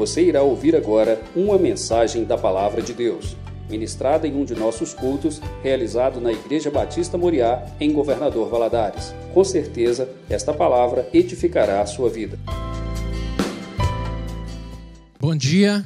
Você irá ouvir agora uma mensagem da Palavra de Deus, ministrada em um de nossos cultos, realizado na Igreja Batista Moriá, em Governador Valadares. Com certeza, esta palavra edificará a sua vida. Bom dia,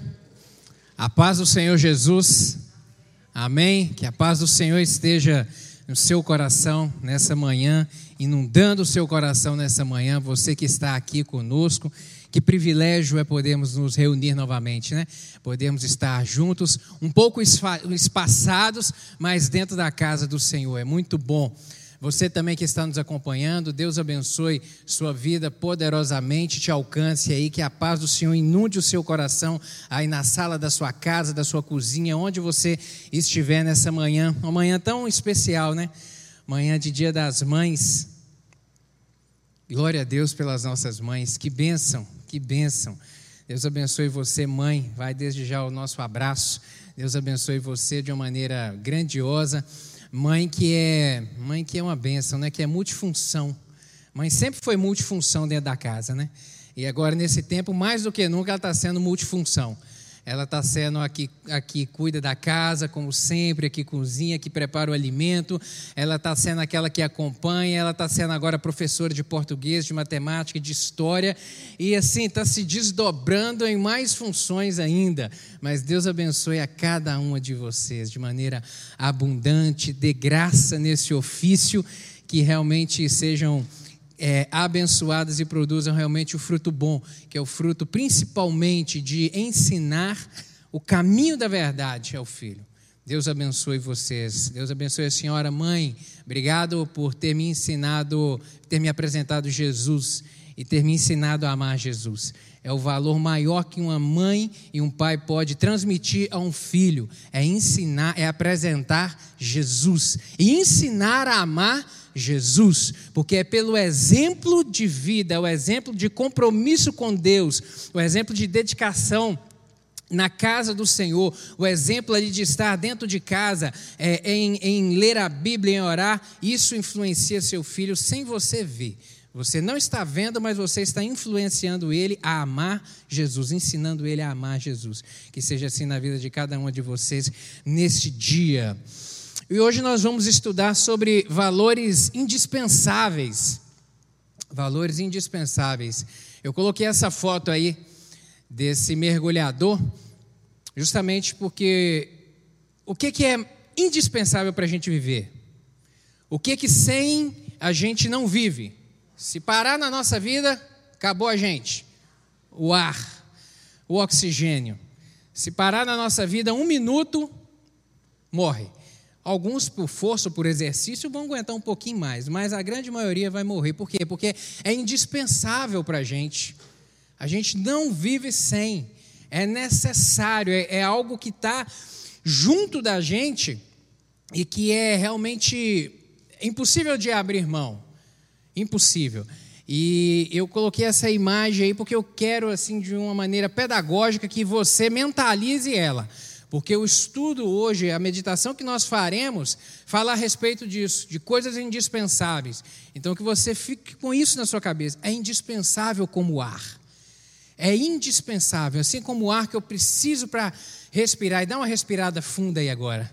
a paz do Senhor Jesus, amém? Que a paz do Senhor esteja no seu coração nessa manhã, inundando o seu coração nessa manhã, você que está aqui conosco. Que privilégio é podermos nos reunir novamente, né? Podermos estar juntos, um pouco espaçados, mas dentro da casa do Senhor. É muito bom. Você também que está nos acompanhando, Deus abençoe sua vida poderosamente, te alcance aí, que a paz do Senhor inunde o seu coração aí na sala da sua casa, da sua cozinha, onde você estiver nessa manhã. Uma manhã tão especial, né? Manhã de Dia das Mães. Glória a Deus pelas nossas mães. Que bênção, que bênção. Deus abençoe você, mãe. Vai desde já o nosso abraço. Deus abençoe você de uma maneira grandiosa. Mãe que é uma bênção, né? Que é multifunção. Mãe sempre foi multifunção dentro da casa, né? E agora, nesse tempo, mais do que nunca, ela está sendo multifunção. Ela está sendo aqui cuida da casa, como sempre, aqui cozinha, aqui prepara o alimento. Ela está sendo aquela que acompanha. Ela está sendo agora professora de português, de matemática, de história. E assim, está se desdobrando em mais funções ainda. Mas Deus abençoe a cada uma de vocês de maneira abundante. Dê graça nesse ofício, que realmente sejam abençoadas e produzam realmente o fruto bom, que é o fruto principalmente de ensinar o caminho da verdade ao filho. Deus abençoe vocês. Deus abençoe a senhora mãe. Obrigado por ter me ensinado, ter me apresentado Jesus e ter me ensinado a amar Jesus. É o valor maior que uma mãe e um pai pode transmitir a um filho. É ensinar, é apresentar Jesus e ensinar a amar Jesus, porque é pelo exemplo de vida, o exemplo de compromisso com Deus, o exemplo de dedicação na casa do Senhor, o exemplo ali de estar dentro de casa, em ler a Bíblia, em orar. Isso influencia seu filho sem você ver. Você não está vendo, mas você está influenciando ele a amar Jesus, ensinando ele a amar Jesus. Que seja assim na vida de cada uma de vocês neste dia. E hoje nós vamos estudar sobre valores indispensáveis. Valores indispensáveis. Eu coloquei essa foto aí desse mergulhador, justamente porque o que é indispensável para a gente viver? O que sem a gente não vive? Se parar na nossa vida, acabou a gente. O ar, o oxigênio. Se parar na nossa vida 1 minuto, morre. Alguns, por força, por exercício, vão aguentar um pouquinho mais, mas a grande maioria vai morrer. Por quê? Porque é indispensável para a gente. A gente não vive sem. É necessário, é algo que está junto da gente e que é realmente impossível de abrir mão. Impossível. E eu coloquei essa imagem aí porque eu quero, assim, de uma maneira pedagógica, que você mentalize ela. Porque o estudo hoje, a meditação que nós faremos, fala a respeito disso, de coisas indispensáveis. Então, que você fique com isso na sua cabeça. É indispensável como o ar. É indispensável, assim como o ar que eu preciso para respirar. E dá uma respirada funda aí agora.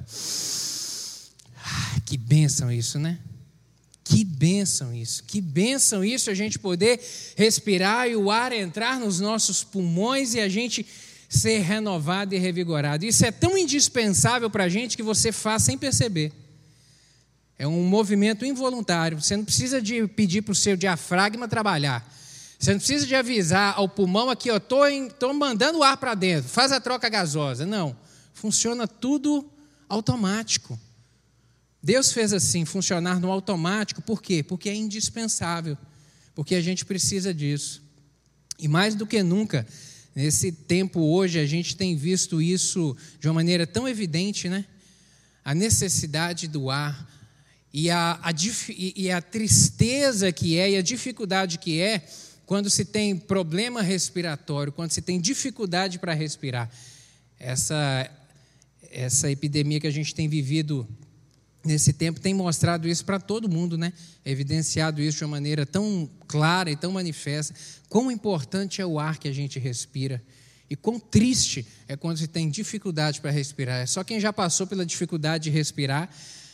Que bênção isso, né? Que bênção isso a gente poder respirar e o ar entrar nos nossos pulmões e a gente ser renovado e revigorado. Isso é tão indispensável para a gente que você faz sem perceber. É um movimento involuntário. Você não precisa de pedir para o seu diafragma trabalhar. Você não precisa de avisar ao pulmão aqui, estou mandando o ar para dentro, faz a troca gasosa. Não, funciona tudo automático. Deus fez assim, funcionar no automático. Por quê? Porque é indispensável. Porque a gente precisa disso. E mais do que nunca, nesse tempo hoje, a gente tem visto isso de uma maneira tão evidente, né? A necessidade do ar e a tristeza que é e a dificuldade que é quando se tem problema respiratório, quando se tem dificuldade para respirar. Essa epidemia que a gente tem vivido nesse tempo tem mostrado isso para todo mundo, né? Evidenciado isso de uma maneira tão clara e tão manifesta. Quão importante é o ar que a gente respira. E quão triste é quando você tem dificuldade para respirar. É só quem já passou pela dificuldade de respirar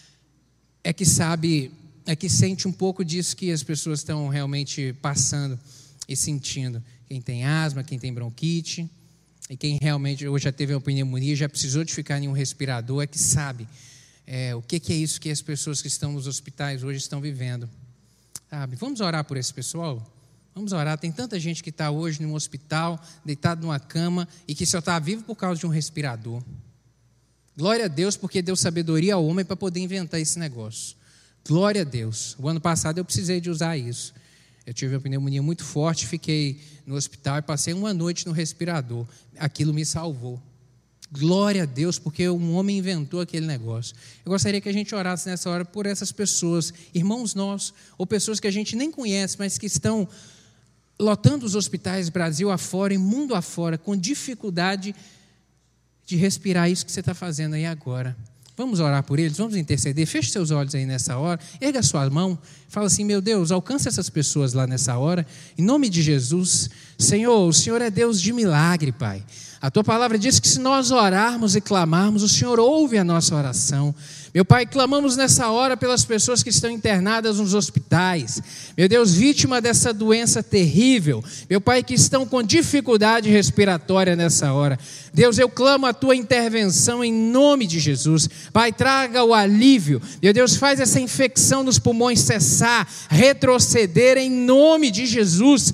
é que sabe, é que sente um pouco disso que as pessoas estão realmente passando e sentindo. Quem tem asma, quem tem bronquite, e quem realmente hoje já teve uma pneumonia, já precisou de ficar em um respirador, é que sabe o que é isso que as pessoas que estão nos hospitais hoje estão vivendo. Sabe? Vamos orar por esse pessoal? Vamos orar. Tem tanta gente que está hoje num hospital, deitado numa cama, e que só está vivo por causa de um respirador. Glória a Deus, porque deu sabedoria ao homem para poder inventar esse negócio. Glória a Deus. O ano passado eu precisei de usar isso. Eu tive uma pneumonia muito forte, fiquei no hospital e passei uma noite no respirador. Aquilo me salvou. Glória a Deus, porque um homem inventou aquele negócio. Eu gostaria que a gente orasse nessa hora por essas pessoas, irmãos nossos, ou pessoas que a gente nem conhece, mas que estão lotando os hospitais Brasil afora e mundo afora, com dificuldade de respirar isso que você está fazendo aí agora. Vamos orar por eles, vamos interceder. Feche seus olhos aí nessa hora, erga a sua mão, fala assim: meu Deus, alcança essas pessoas lá nessa hora, em nome de Jesus. Senhor, o Senhor é Deus de milagre, Pai. A Tua palavra diz que se nós orarmos e clamarmos, o Senhor ouve a nossa oração. Meu Pai, clamamos nessa hora pelas pessoas que estão internadas nos hospitais, meu Deus, vítima dessa doença terrível, meu Pai, que estão com dificuldade respiratória nessa hora. Deus, eu clamo a Tua intervenção em nome de Jesus. Pai, traga o alívio, meu Deus, faz essa infecção nos pulmões cessar, retroceder em nome de Jesus,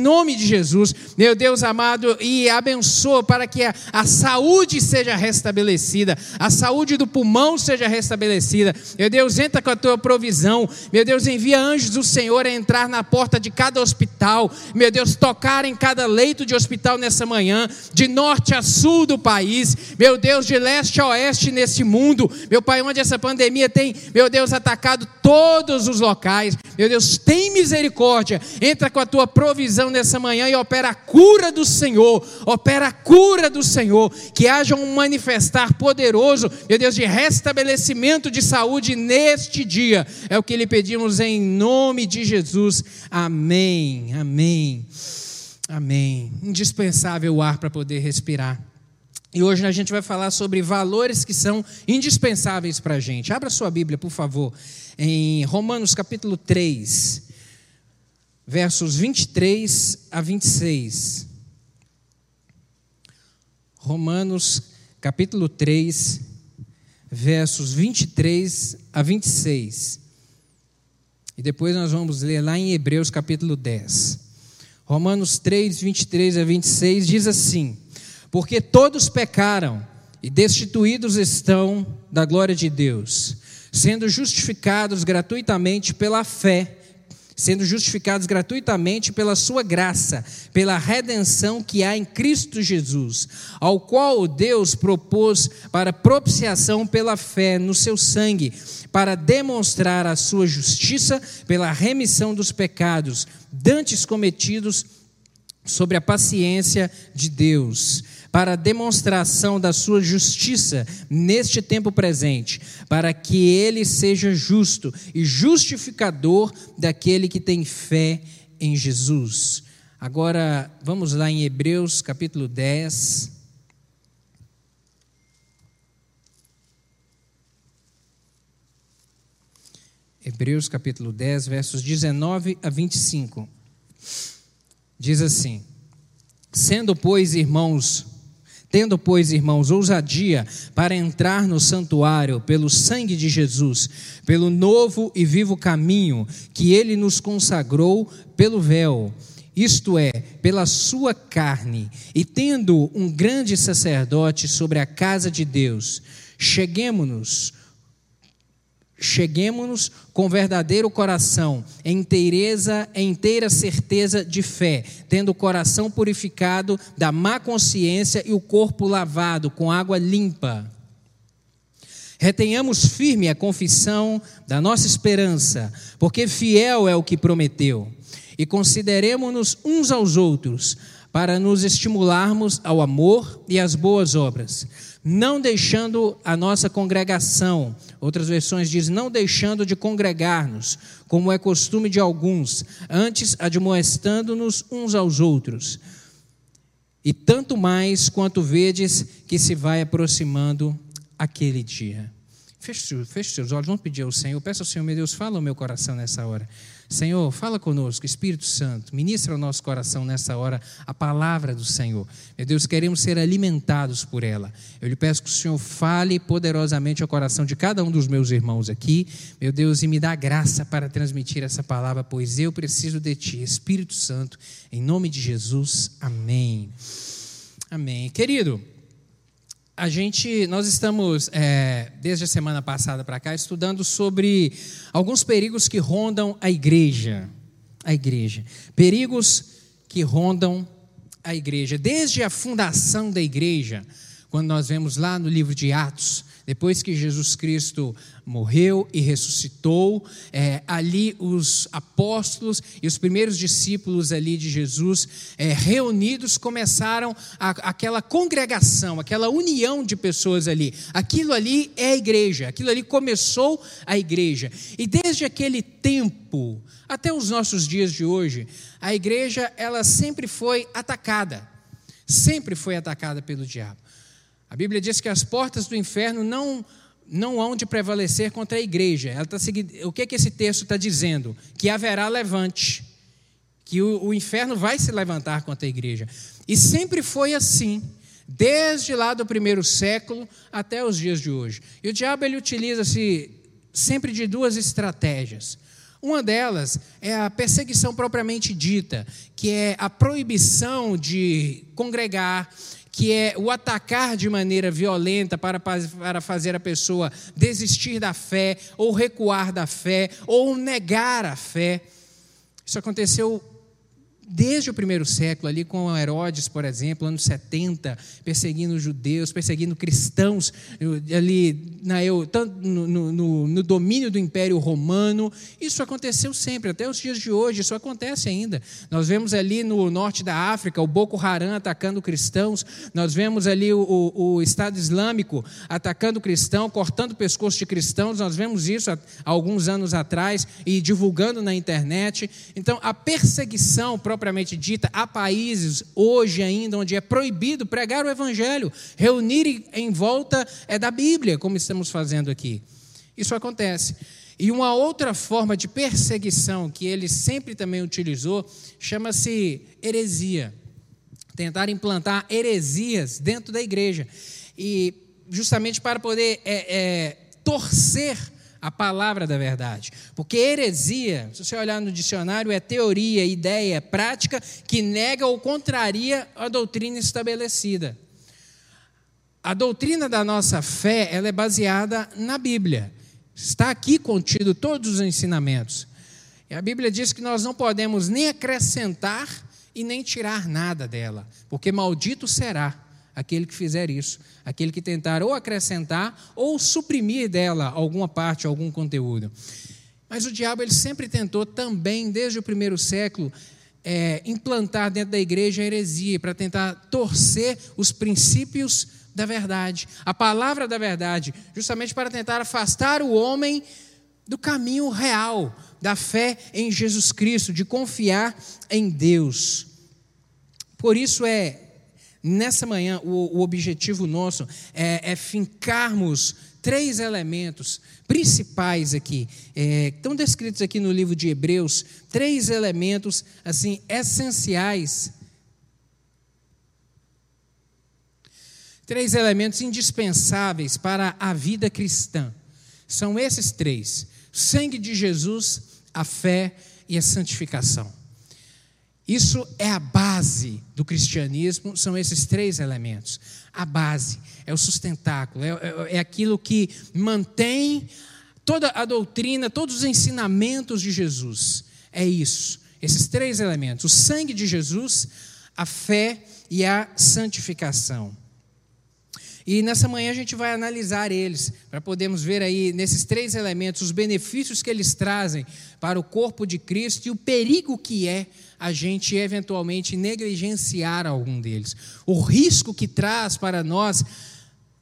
meu Deus amado, e abençoa para que a saúde seja restabelecida, a saúde do pulmão seja restabelecida. Meu Deus, entra com a Tua provisão, meu Deus, envia anjos do Senhor a entrar na porta de cada hospital, meu Deus, tocar em cada leito de hospital nessa manhã, de norte a sul do país, meu Deus, de leste a oeste nesse mundo, meu Pai, onde essa pandemia tem, meu Deus, atacado todos os locais, meu Deus, tem misericórdia, entra com a Tua provisão nessa manhã e opera a cura do Senhor, que haja um manifestar poderoso, meu Deus, de restabelecimento de saúde neste dia, é o que lhe pedimos em nome de Jesus, amém, amém, amém. Indispensável o ar para poder respirar. E hoje a gente vai falar sobre valores que são indispensáveis para a gente. Abra sua Bíblia, por favor, em Romanos capítulo 3, versos 23 a 26. Romanos capítulo 3, versos 23 a 26. E depois nós vamos ler lá em Hebreus capítulo 10. Romanos 3, 23 a 26 diz assim: porque todos pecaram e destituídos estão da glória de Deus, sendo justificados gratuitamente pela fé, pela sua graça, pela redenção que há em Cristo Jesus, ao qual Deus propôs para propiciação pela fé no seu sangue, para demonstrar a sua justiça pela remissão dos pecados dantes cometidos sobre a paciência de Deus, para a demonstração da sua justiça neste tempo presente, para que ele seja justo e justificador daquele que tem fé em Jesus. Agora, vamos lá em Hebreus capítulo 10. Hebreus capítulo 10, versos 19 a 25. Diz assim: tendo, pois, irmãos, ousadia para entrar no santuário pelo sangue de Jesus, pelo novo e vivo caminho que ele nos consagrou pelo véu, isto é, pela sua carne, e tendo um grande sacerdote sobre a casa de Deus, cheguemo-nos com verdadeiro coração, inteira certeza de fé, tendo o coração purificado da má consciência e o corpo lavado com água limpa. Retenhamos firme a confissão da nossa esperança, porque fiel é o que prometeu. E consideremo-nos uns aos outros, para nos estimularmos ao amor e às boas obras, não deixando a nossa congregação, outras versões dizem, não deixando de congregar-nos, como é costume de alguns, antes admoestando-nos uns aos outros, E tanto mais quanto vedes que se vai aproximando aquele dia. Feche seus olhos, vamos pedir ao Senhor. Peço ao Senhor, meu Deus, fala ao meu coração nessa hora. Senhor, fala conosco, Espírito Santo, ministra ao nosso coração nessa hora a palavra do Senhor. Meu Deus, queremos ser alimentados por ela. Eu lhe peço que o Senhor fale poderosamente ao coração de cada um dos meus irmãos aqui, meu Deus, e me dá graça para transmitir essa palavra, pois eu preciso de Ti, Espírito Santo, em nome de Jesus, amém. Amém. Querido, nós estamos, desde a semana passada para cá, estudando sobre alguns perigos que rondam a igreja. Perigos que rondam a igreja. Desde a fundação da igreja, quando nós vemos lá no livro de Atos, depois que Jesus Cristo morreu e ressuscitou, ali os apóstolos e os primeiros discípulos ali de Jesus, reunidos, começaram aquela congregação, aquela união de pessoas ali. Aquilo ali é a igreja, aquilo ali começou a igreja. E desde aquele tempo, até os nossos dias de hoje, a igreja, ela sempre foi atacada pelo diabo. A Bíblia diz que as portas do inferno não hão de prevalecer contra a igreja. O que esse texto está dizendo? Que haverá levante, que o inferno vai se levantar contra a igreja. E sempre foi assim, desde lá do primeiro século até os dias de hoje. E o diabo, ele utiliza-se sempre de duas estratégias. Uma delas é a perseguição propriamente dita, que é a proibição de congregar, que é o atacar de maneira violenta para fazer a pessoa desistir da fé, ou recuar da fé, ou negar a fé. Isso aconteceu desde o primeiro século, ali com Herodes, por exemplo, anos 70, perseguindo judeus, perseguindo cristãos, ali no domínio do Império Romano. Isso aconteceu sempre, até os dias de hoje, isso acontece ainda. Nós vemos ali no norte da África, o Boko Haram atacando cristãos, nós vemos ali o Estado Islâmico atacando cristãos, cortando o pescoço de cristãos, nós vemos isso há alguns anos atrás e divulgando na internet. Então, a perseguição propriamente dita, há países hoje ainda onde é proibido pregar o evangelho, reunir em volta da Bíblia, como estamos fazendo aqui. Isso acontece. E uma outra forma de perseguição que ele sempre também utilizou chama-se heresia. Tentar implantar heresias dentro da igreja. E justamente para poder torcer a palavra da verdade. Porque heresia, se você olhar no dicionário, é teoria, ideia, prática que nega ou contraria a doutrina estabelecida. A doutrina da nossa fé, ela é baseada na Bíblia. Está aqui contido todos os ensinamentos. E a Bíblia diz que nós não podemos nem acrescentar e nem tirar nada dela, porque maldito será aquele que fizer isso, aquele que tentar ou acrescentar ou suprimir dela alguma parte, algum conteúdo. Mas o diabo, ele sempre tentou também, desde o primeiro século, implantar dentro da igreja a heresia, para tentar torcer os princípios da verdade, a palavra da verdade, justamente para tentar afastar o homem do caminho real, da fé em Jesus Cristo, de confiar em Deus. Por isso nessa manhã, o objetivo nosso é fincarmos 3 elementos principais aqui, estão descritos aqui no livro de Hebreus, 3 elementos assim, essenciais, 3 elementos indispensáveis para a vida cristã. São esses 3: o sangue de Jesus, a fé e a santificação. Isso é a base do cristianismo, são esses 3 elementos. A base é o sustentáculo, é aquilo que mantém toda a doutrina, todos os ensinamentos de Jesus. É isso, esses 3 elementos: o sangue de Jesus, a fé e a santificação. E nessa manhã a gente vai analisar eles, para podermos ver aí nesses 3 elementos os benefícios que eles trazem para o corpo de Cristo e o perigo que é a gente eventualmente negligenciar algum deles. O risco que traz para nós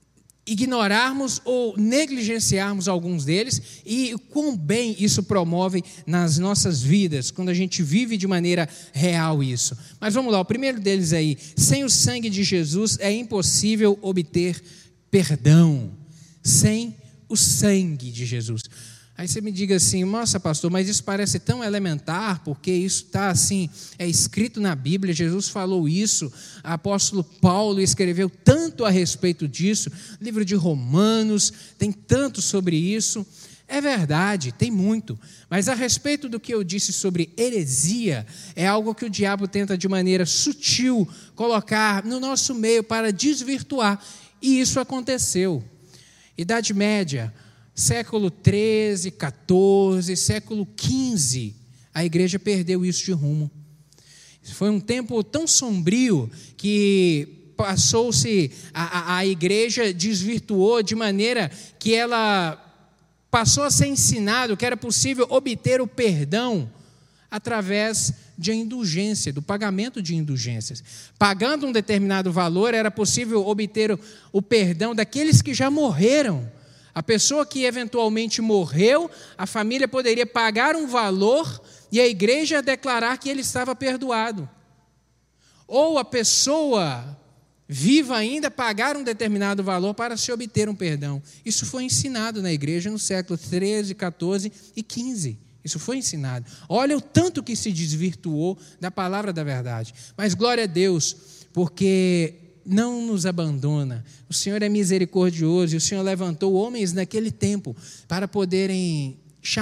ignorarmos ou negligenciarmos alguns deles, e quão bem isso promove nas nossas vidas, quando a gente vive de maneira real isso. Mas vamos lá, o primeiro deles aí: sem o sangue de Jesus é impossível obter perdão. Sem o sangue de Jesus. Aí você me diga assim: nossa, pastor, mas isso parece tão elementar, porque isso está assim, é escrito na Bíblia, Jesus falou isso, o apóstolo Paulo escreveu tanto a respeito disso, livro de Romanos tem tanto sobre isso. É verdade, tem muito, mas a respeito do que eu disse sobre heresia, é algo que o diabo tenta de maneira sutil colocar no nosso meio para desvirtuar, e isso aconteceu. Idade Média, século 13, 14, século 15, a igreja perdeu isso de rumo. Foi um tempo tão sombrio que passou-se, a igreja desvirtuou de maneira que ela passou a ser ensinado que era possível obter o perdão através de indulgência, do pagamento de indulgências. Pagando um determinado valor, era possível obter o perdão daqueles que já morreram. A pessoa que eventualmente morreu, a família poderia pagar um valor e a igreja declarar que ele estava perdoado. Ou a pessoa viva ainda pagar um determinado valor para se obter um perdão. Isso foi ensinado na igreja no século 13, 14 e 15. Isso foi ensinado. Olha o tanto que se desvirtuou da palavra da verdade. Mas glória a Deus, porque não nos abandona. O Senhor é misericordioso e o Senhor levantou homens naquele tempo para poderem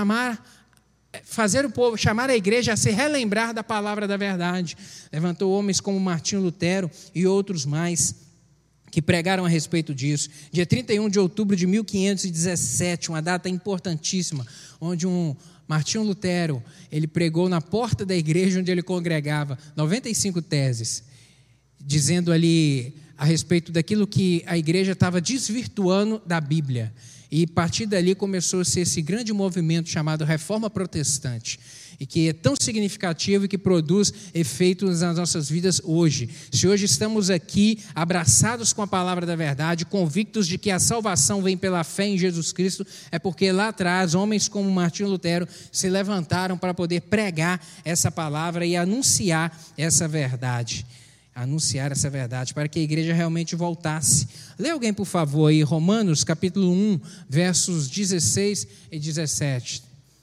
fazer o povo, chamar a igreja a se relembrar da palavra da verdade. Levantou homens como Martinho Lutero e outros mais que pregaram a respeito disso. Dia 31 de outubro de 1517, uma data importantíssima, onde Martinho Lutero, ele pregou na porta da igreja onde ele congregava 95 teses, dizendo ali a respeito daquilo que a igreja estava desvirtuando da Bíblia. E a partir dali começou-se esse grande movimento chamado Reforma Protestante, e que é tão significativo e que produz efeitos nas nossas vidas hoje. Se hoje estamos aqui abraçados com a palavra da verdade, convictos de que a salvação vem pela fé em Jesus Cristo, é porque lá atrás homens como Martinho Lutero se levantaram para poder pregar essa palavra e anunciar essa verdade. Anunciar essa verdade, para que a igreja realmente voltasse. Lê alguém, por favor, aí, Romanos, capítulo 1, versos 16 e 17.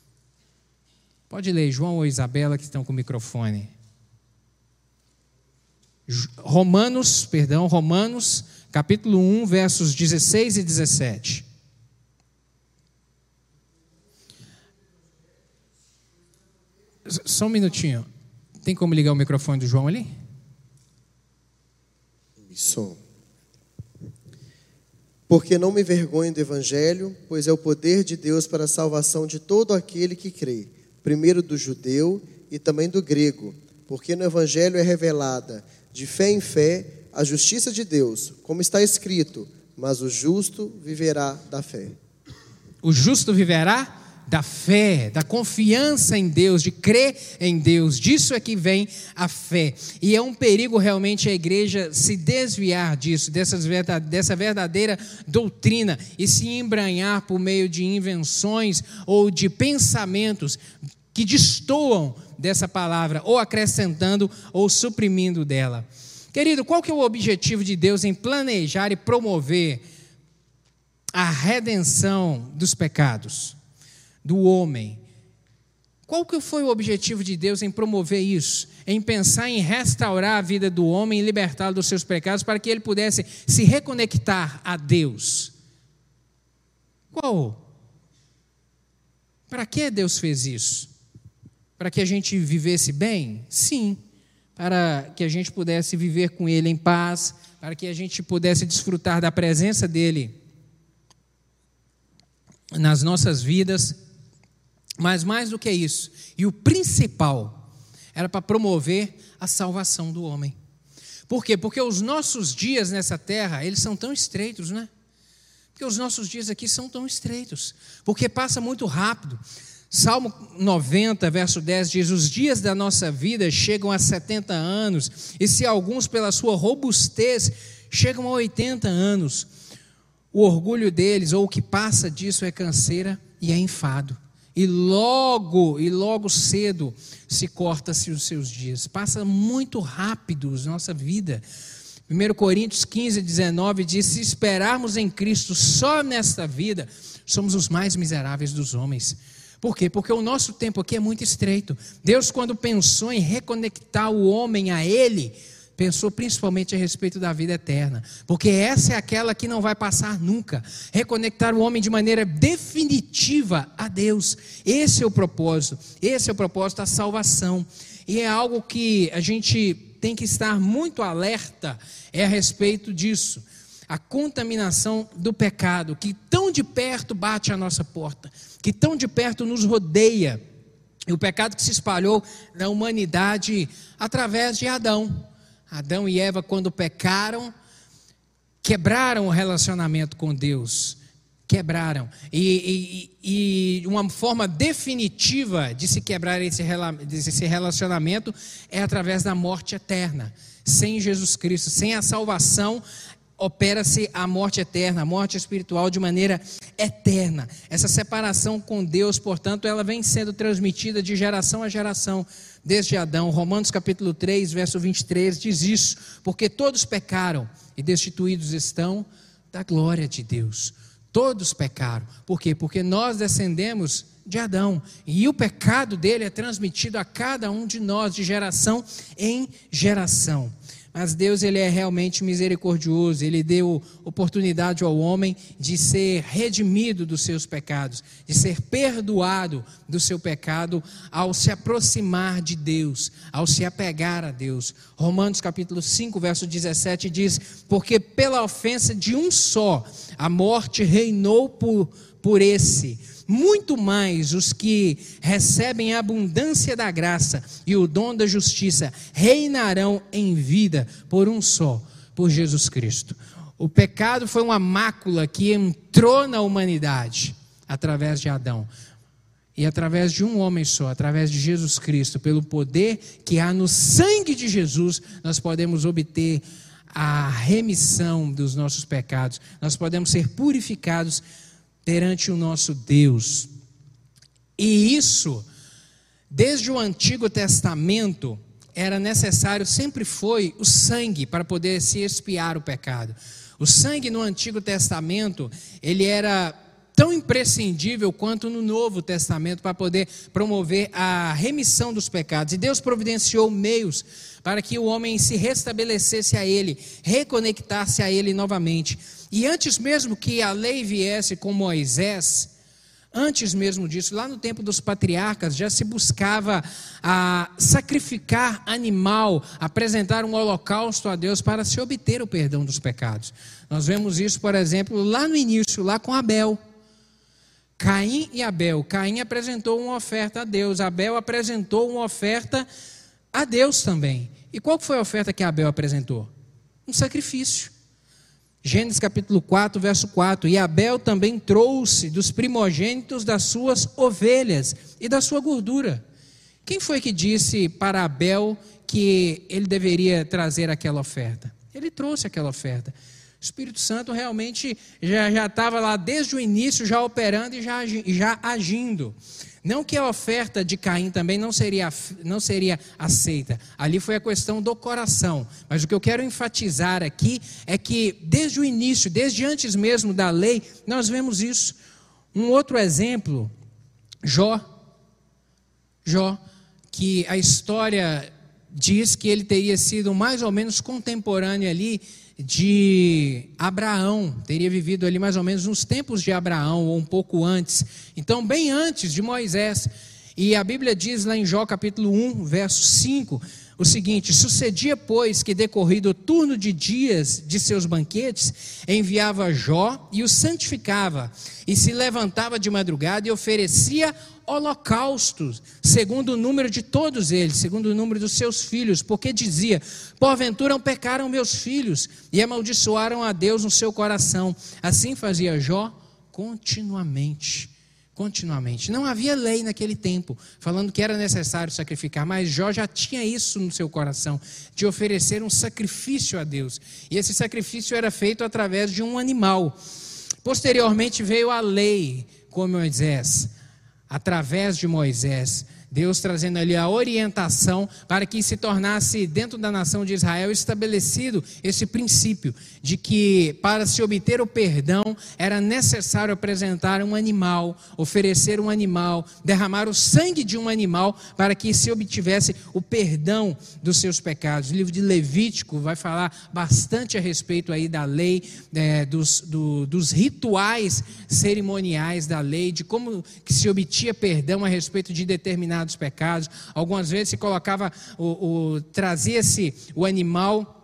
Pode ler, João ou Isabela, que estão com o microfone. Romanos, capítulo 1, versos 16 e 17. Só um minutinho. Tem como ligar o microfone do João ali? Som. Porque não me envergonho do Evangelho, pois é o poder de Deus para a salvação de todo aquele que crê, primeiro do judeu e também do grego, porque no Evangelho é revelada, de fé em fé, a justiça de Deus, como está escrito, mas o justo viverá da fé. O justo viverá da fé, da confiança em Deus, de crer em Deus. Disso é que vem a fé. E é um perigo realmente a igreja se desviar disso, dessa verdadeira doutrina, e se embranhar por meio de invenções ou de pensamentos que destoam dessa palavra, ou acrescentando ou suprimindo dela. Querido, qual que é o objetivo de Deus em planejar e promover a redenção dos pecados do homem? Qual que foi o objetivo de Deus em promover isso? Em pensar em restaurar a vida do homem e libertá-lo dos seus pecados para que ele pudesse se reconectar a Deus. Qual? Para que Deus fez isso? Para que a gente vivesse bem? Sim. Para que a gente pudesse viver com Ele em paz, para que a gente pudesse desfrutar da presença dEle nas nossas vidas. Mas mais do que isso, e o principal, era para promover a salvação do homem. Por quê? Porque os nossos dias nessa terra, eles são tão estreitos, né? Porque os nossos dias aqui são tão estreitos, porque passa muito rápido. Salmo 90, verso 10 diz: os dias da nossa vida chegam a 70 anos, e se alguns pela sua robustez chegam a 80 anos. o orgulho deles, ou o que passa disso, é canseira e é enfado. E logo cedo se corta-se os seus dias. Passa muito rápido a nossa vida. 1 Coríntios 15, 19 diz: se esperarmos em Cristo só nesta vida, somos os mais miseráveis dos homens. Por quê? Porque o nosso tempo aqui é muito estreito. Deus, quando pensou em reconectar o homem a Ele, pensou principalmente a respeito da vida eterna, porque essa é aquela que não vai passar nunca. Reconectar o homem de maneira definitiva a Deus. Esse é o propósito da salvação. E é algo que a gente tem que estar muito alerta a respeito disso. A contaminação do pecado, que tão de perto bate à nossa porta, que tão de perto nos rodeia. E o pecado que se espalhou na humanidade através de Adão. Adão e Eva, quando pecaram, quebraram o relacionamento com Deus. Quebraram. E uma forma definitiva de se quebrar esse relacionamento é através da morte eterna. Sem Jesus Cristo, sem a salvação, opera-se a morte eterna, a morte espiritual de maneira eterna. Essa separação com Deus, portanto, ela vem sendo transmitida de geração a geração, desde Adão. Romanos capítulo 3, verso 23 diz isso: porque todos pecaram e destituídos estão da glória de Deus. Todos pecaram. Por quê? Porque nós descendemos de Adão, e o pecado dele é transmitido a cada um de nós, de geração em geração. Mas Deus, ele é realmente misericordioso. Ele deu oportunidade ao homem de ser redimido dos seus pecados, de ser perdoado do seu pecado ao se aproximar de Deus, ao se apegar a Deus. Romanos capítulo 5, verso 17 diz: porque pela ofensa de um só a morte reinou por esse, muito mais os que recebem a abundância da graça e o dom da justiça reinarão em vida por um só, por Jesus Cristo. O pecado foi uma mácula que entrou na humanidade através de Adão. E através de um homem só, através de Jesus Cristo, pelo poder que há no sangue de Jesus, nós podemos obter a remissão dos nossos pecados. Nós podemos ser purificados perante o nosso Deus. E isso, desde o Antigo Testamento, era necessário, sempre foi, o sangue para poder se expiar o pecado. O sangue no Antigo Testamento, ele era tão imprescindível quanto no Novo Testamento para poder promover a remissão dos pecados. E Deus providenciou meios para que o homem se restabelecesse a Ele, reconectasse a Ele novamente. E antes mesmo que a lei viesse com Moisés, antes mesmo disso, lá no tempo dos patriarcas, já se buscava sacrificar animal, apresentar um holocausto a Deus para se obter o perdão dos pecados. Nós vemos isso, por exemplo, lá no início, lá com Abel. Caim e Abel. Caim apresentou uma oferta a Deus, Abel apresentou uma oferta a Deus também. E qual foi a oferta que Abel apresentou? Um sacrifício. Gênesis capítulo 4, verso 4, e Abel também trouxe dos primogênitos das suas ovelhas e da sua gordura. Quem foi que disse para Abel que ele deveria trazer aquela oferta? Ele trouxe aquela oferta. O Espírito Santo realmente já estava lá desde o início, já operando e já agindo. Não que a oferta de Caim também não seria aceita. Ali foi a questão do coração. Mas o que eu quero enfatizar aqui é que desde o início, desde antes mesmo da lei, nós vemos isso. Um outro exemplo, Jó, que a história diz que ele teria sido mais ou menos contemporâneo ali de Abraão, teria vivido ali mais ou menos nos tempos de Abraão, ou um pouco antes, então bem antes de Moisés. E a Bíblia diz lá em Jó capítulo 1, verso 5, o seguinte: sucedia, pois, que decorrido o turno de dias de seus banquetes, enviava Jó e o santificava, e se levantava de madrugada e oferecia holocaustos, segundo o número de todos eles, segundo o número dos seus filhos, porque dizia: porventura pecaram meus filhos, e amaldiçoaram a Deus no seu coração. Assim fazia Jó continuamente. Não havia lei naquele tempo, falando que era necessário sacrificar, mas Jó já tinha isso no seu coração, de oferecer um sacrifício a Deus, e esse sacrifício era feito através de um animal. Posteriormente veio a lei com Moisés, através de Moisés, Deus trazendo ali a orientação para que se tornasse dentro da nação de Israel estabelecido esse princípio de que para se obter o perdão era necessário apresentar um animal, oferecer um animal, derramar o sangue de um animal para que se obtivesse o perdão dos seus pecados. O livro de Levítico vai falar bastante a respeito aí da lei, dos rituais cerimoniais da lei, de como que se obtinha perdão a respeito de determinados pecados. Algumas vezes se colocava, trazia-se o animal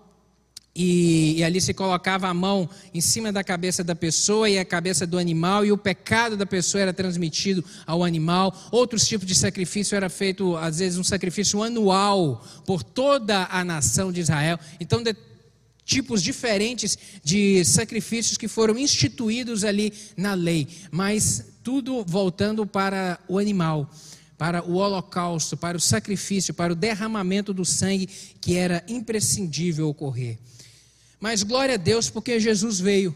e ali se colocava a mão em cima da cabeça da pessoa e a cabeça do animal, e o pecado da pessoa era transmitido ao animal. Outros tipos de sacrifício era feito, às vezes, um sacrifício anual por toda a nação de Israel. Então, tipos diferentes de sacrifícios que foram instituídos ali na lei, mas tudo voltando para o animal, para o holocausto, para o sacrifício, para o derramamento do sangue que era imprescindível ocorrer. Mas glória a Deus, porque Jesus veio,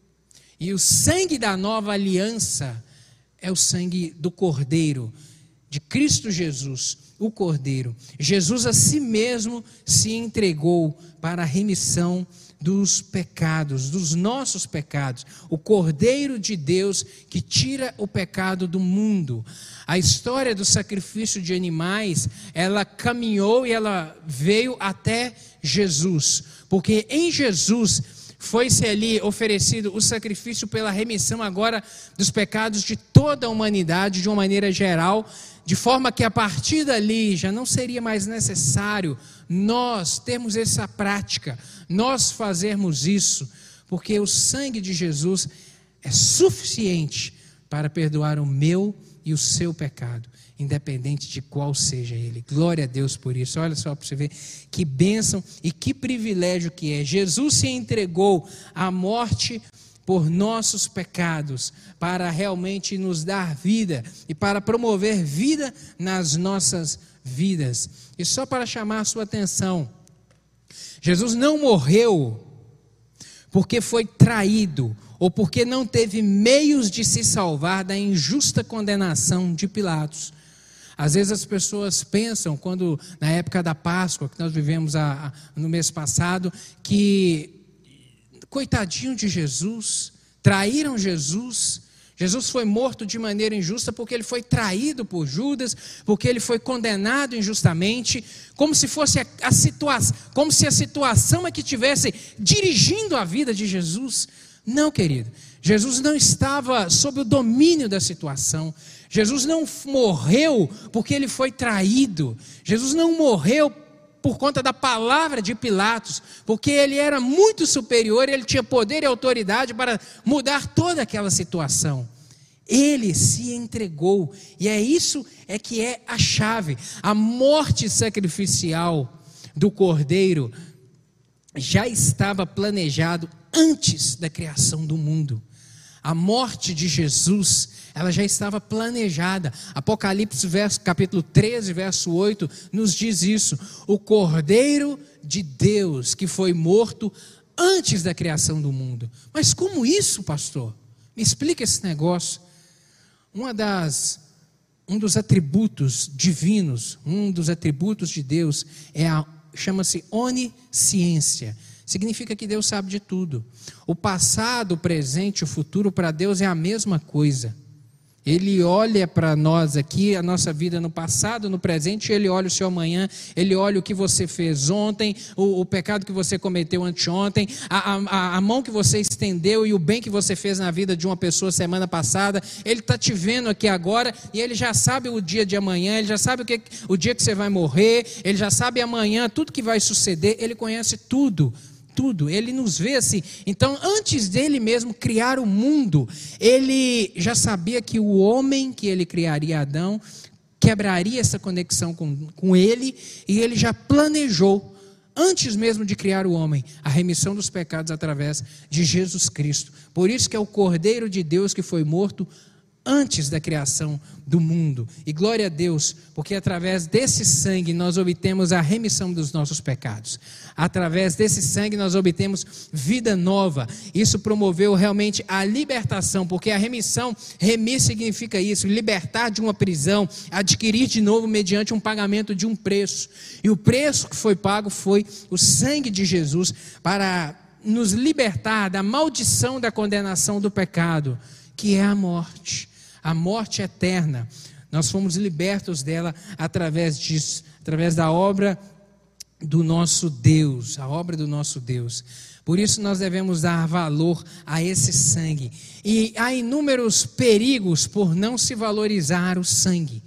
e o sangue da nova aliança é o sangue do Cordeiro, de Cristo Jesus, o Cordeiro. Jesus a si mesmo se entregou para a remissão dos pecados, dos nossos pecados, o Cordeiro de Deus que tira o pecado do mundo. A história do sacrifício de animais, ela caminhou e ela veio até Jesus, porque em Jesus foi-se ali oferecido o sacrifício pela remissão agora dos pecados de toda a humanidade, de uma maneira geral, de forma que a partir dali já não seria mais necessário nós termos essa prática, nós fazermos isso, porque o sangue de Jesus é suficiente para perdoar o meu e o seu pecado, independente de qual seja ele. Glória a Deus por isso. Olha só para você ver que bênção e que privilégio que é. Jesus se entregou à morte por nossos pecados, para realmente nos dar vida e para promover vida nas nossas vidas. E só para chamar a sua atenção, Jesus não morreu porque foi traído ou porque não teve meios de se salvar da injusta condenação de Pilatos. Às vezes as pessoas pensam, quando na época da Páscoa, que nós vivemos no mês passado, que coitadinho de Jesus, traíram Jesus. Jesus foi morto de maneira injusta porque ele foi traído por Judas, porque ele foi condenado injustamente, como se fosse a situação, como se a situação é que estivesse dirigindo a vida de Jesus. Não, querido, Jesus não estava sob o domínio da situação. Jesus não morreu porque ele foi traído. Jesus não morreu por conta da palavra de Pilatos, porque ele era muito superior, ele tinha poder e autoridade para mudar toda aquela situação. Ele se entregou, e isso é que é a chave. A morte sacrificial do Cordeiro já estava planejado antes da criação do mundo. A morte de Jesus, ela já estava planejada. Apocalipse capítulo 13, verso 8, nos diz isso. O Cordeiro de Deus que foi morto antes da criação do mundo. Mas como isso, pastor? Me explica esse negócio. Um dos atributos divinos, um dos atributos de Deus chama-se onisciência. Significa que Deus sabe de tudo. O passado, o presente e o futuro para Deus é a mesma coisa. Ele olha para nós aqui, a nossa vida no passado, no presente, ele olha o seu amanhã, ele olha o que você fez ontem, o pecado que você cometeu anteontem, a mão que você estendeu e o bem que você fez na vida de uma pessoa semana passada. Ele está te vendo aqui agora e ele já sabe o dia de amanhã, ele já sabe o dia que você vai morrer, ele já sabe amanhã tudo que vai suceder, ele conhece tudo. Tudo, ele nos vê assim. Então, antes dele mesmo criar o mundo, ele já sabia que o homem que ele criaria, Adão, quebraria essa conexão com ele, e ele já planejou, antes mesmo de criar o homem, a remissão dos pecados através de Jesus Cristo. Por isso que é o Cordeiro de Deus que foi morto antes da criação do mundo. E glória a Deus, porque através desse sangue nós obtemos a remissão dos nossos pecados. Através desse sangue nós obtemos vida nova. Isso promoveu realmente a libertação, porque a remissão, remir significa isso, libertar de uma prisão, adquirir de novo mediante um pagamento de um preço. E o preço que foi pago foi o sangue de Jesus para nos libertar da maldição da condenação do pecado, que é a morte eterna. Nós fomos libertos dela através disso, através da obra do nosso Deus, a obra do nosso Deus. Por isso nós devemos dar valor a esse sangue. E há inúmeros perigos por não se valorizar o sangue.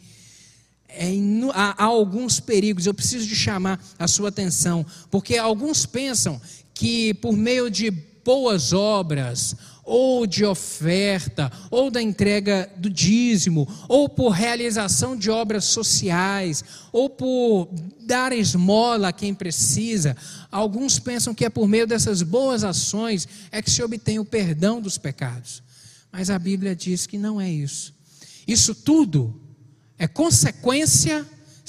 Há alguns perigos, eu preciso de chamar a sua atenção, porque alguns pensam que por meio de boas obras, ou de oferta, ou da entrega do dízimo, ou por realização de obras sociais, ou por dar esmola a quem precisa, alguns pensam que é por meio dessas boas ações é que se obtém o perdão dos pecados. Mas a Bíblia diz que não é isso. Isso tudo é consequência,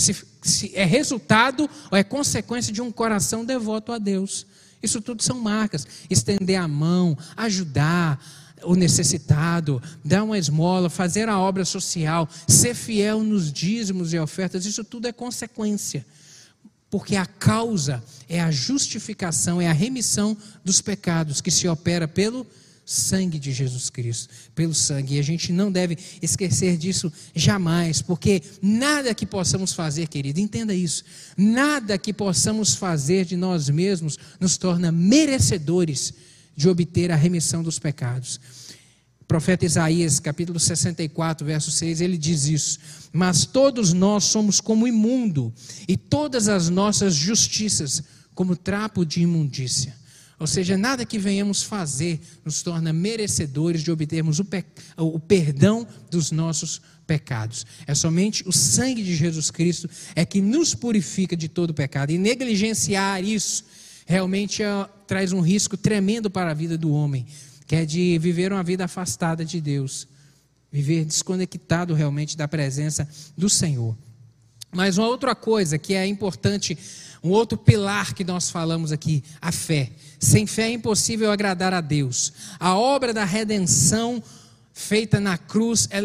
se é resultado ou é consequência de um coração devoto a Deus. Isso tudo são marcas. Estender a mão, ajudar o necessitado, dar uma esmola, fazer a obra social, ser fiel nos dízimos e ofertas, isso tudo é consequência. Porque a causa é a justificação, é a remissão dos pecados que se opera pelo sangue de Jesus Cristo, pelo sangue. E a gente não deve esquecer disso jamais, porque nada que possamos fazer, querido, entenda isso, nada que possamos fazer de nós mesmos nos torna merecedores de obter a remissão dos pecados. O profeta Isaías, capítulo 64, verso 6, ele diz isso: mas todos nós somos como imundo, e todas as nossas justiças como trapo de imundícia. Ou seja, nada que venhamos fazer nos torna merecedores de obtermos o perdão dos nossos pecados. É somente o sangue de Jesus Cristo é que nos purifica de todo pecado. E negligenciar isso realmente traz um risco tremendo para a vida do homem, que é de viver uma vida afastada de Deus, viver desconectado realmente da presença do Senhor. Mas uma outra coisa que é importante, um outro pilar que nós falamos aqui, a fé. Sem fé é impossível agradar a Deus. A obra da redenção feita na cruz, ela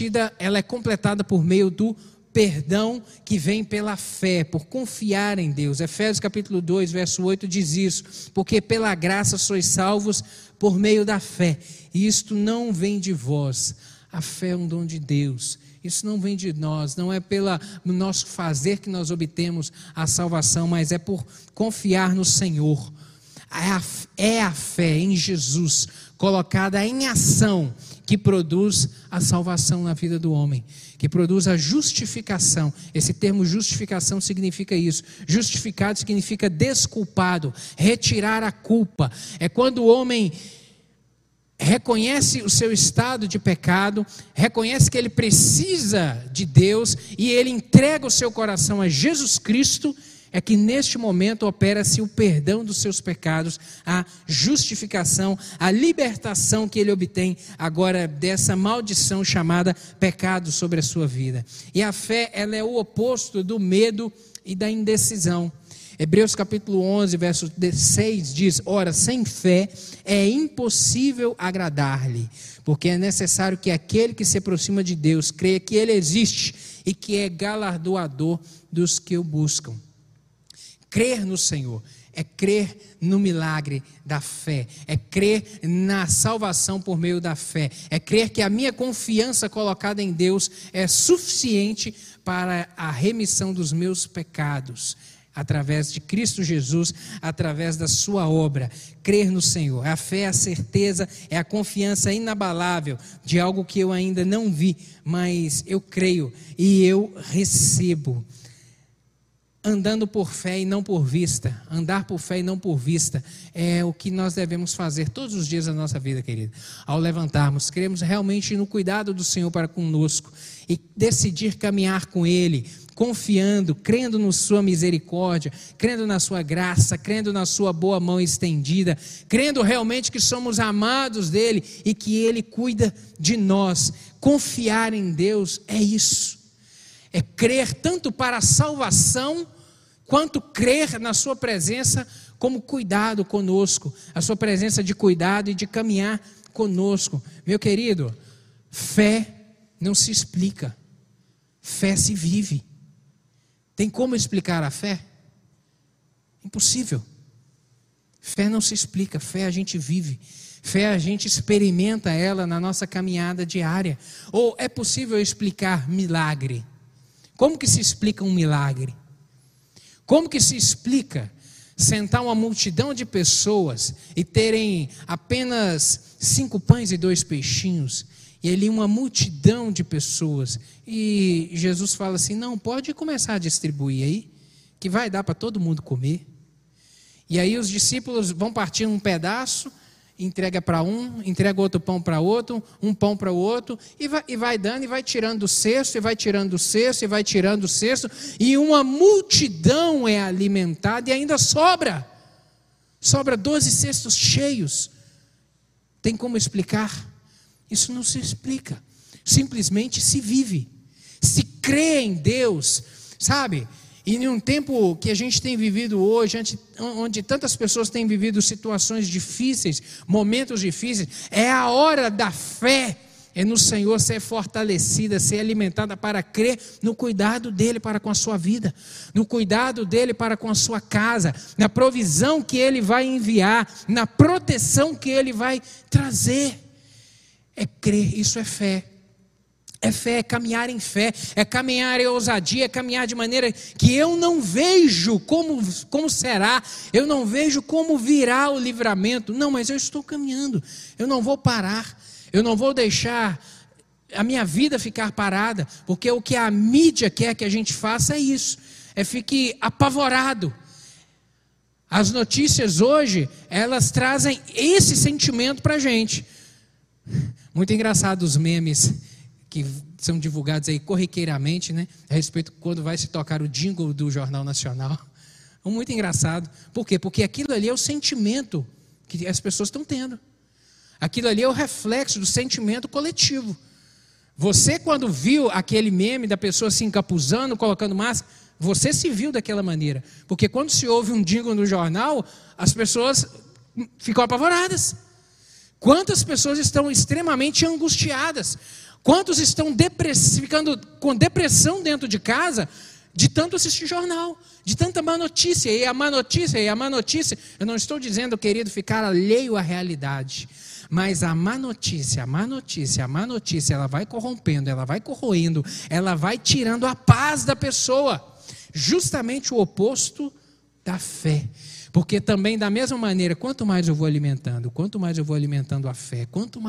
é completada por meio do perdão que vem pela fé, por confiar em Deus. Efésios capítulo 2, verso 8 diz isso: porque pela graça sois salvos por meio da fé, e isto não vem de vós. A fé é um dom de Deus. Isso não vem de nós, não é pelo nosso fazer que nós obtemos a salvação, mas é por confiar no Senhor. É a fé em Jesus, colocada em ação, que produz a salvação na vida do homem, que produz a justificação. Esse termo justificação significa isso. Justificado significa desculpado, retirar a culpa. É quando o homem reconhece o seu estado de pecado, reconhece que ele precisa de Deus e ele entrega o seu coração a Jesus Cristo, é que neste momento opera-se o perdão dos seus pecados, a justificação, a libertação que ele obtém agora dessa maldição chamada pecado sobre a sua vida. E a fé, ela é o oposto do medo e da indecisão. Hebreus capítulo 11, verso 6 diz: ora, sem fé é impossível agradar-lhe, porque é necessário que aquele que se aproxima de Deus creia que Ele existe e que é galardoador dos que o buscam. Crer no Senhor é crer no milagre da fé, é crer na salvação por meio da fé, é crer que a minha confiança colocada em Deus é suficiente para a remissão dos meus pecados, através de Cristo Jesus, através da sua obra. Crer no Senhor, a fé é a certeza, é a confiança inabalável de algo que eu ainda não vi, mas eu creio e eu recebo. andando por fé e não por vista. Andar por fé e não por vista é o que nós devemos fazer todos os dias da nossa vida, querido. Ao levantarmos, queremos realmente no cuidado do Senhor para conosco e decidir caminhar com Ele, confiando, crendo na sua misericórdia, crendo na sua graça, crendo na sua boa mão estendida, crendo realmente que somos amados dEle e que Ele cuida de nós. Confiar em Deus é isso. É crer tanto para a salvação, quanto crer na sua presença como cuidado conosco, a sua presença de cuidado e de caminhar conosco. Meu querido, fé não se explica, fé se vive. Tem como explicar a fé? Impossível. Fé não se explica, fé a gente vive. Fé a gente experimenta ela na nossa caminhada diária. Ou é possível explicar milagre? Como que se explica um milagre? Como que se explica sentar uma multidão de pessoas e terem apenas 5 pães e 2 peixinhos, e ali uma multidão de pessoas, e Jesus fala assim, não, pode começar a distribuir aí, que vai dar para todo mundo comer. E aí os discípulos vão partir um pedaço, entrega para um, entrega outro pão para outro, um pão para o outro, e vai dando, e vai tirando do cesto, e vai tirando do cesto, e vai tirando do cesto, e uma multidão é alimentada, e ainda sobra 12 cestos cheios. Tem como explicar? Isso não se explica, simplesmente se vive, se crê em Deus, sabe? E em um tempo que a gente tem vivido hoje, onde tantas pessoas têm vivido situações difíceis, momentos difíceis, é a hora da fé, é no Senhor ser fortalecida, ser alimentada para crer no cuidado dEle para com a sua vida, no cuidado dEle para com a sua casa, na provisão que Ele vai enviar, na proteção que Ele vai trazer. É crer, isso é fé. É fé, é caminhar em fé, é caminhar em ousadia, é caminhar de maneira que eu não vejo como será, eu não vejo como virá o livramento. Não, mas eu estou caminhando, eu não vou parar, eu não vou deixar a minha vida ficar parada, porque o que a mídia quer que a gente faça é isso, é fique apavorado. As notícias hoje, elas trazem esse sentimento para a gente. Muito engraçado os memes que são divulgados aí corriqueiramente, né, a respeito de quando vai se tocar o jingle do Jornal Nacional. Muito engraçado. Por quê? Porque aquilo ali é o sentimento que as pessoas estão tendo. Aquilo ali é o reflexo do sentimento coletivo. Você, quando viu aquele meme da pessoa se encapuzando, colocando máscara, você se viu daquela maneira. Porque quando se ouve um jingle no jornal, as pessoas ficam apavoradas. Quantas pessoas estão extremamente angustiadas? Quantos estão ficando com depressão dentro de casa de tanto assistir jornal, de tanta má notícia, e a má notícia, eu não estou dizendo, querido, ficar alheio à realidade, mas a má notícia, ela vai corrompendo, ela vai corroendo, ela vai tirando a paz da pessoa, justamente o oposto da fé. Porque também da mesma maneira, quanto mais eu vou alimentando a fé,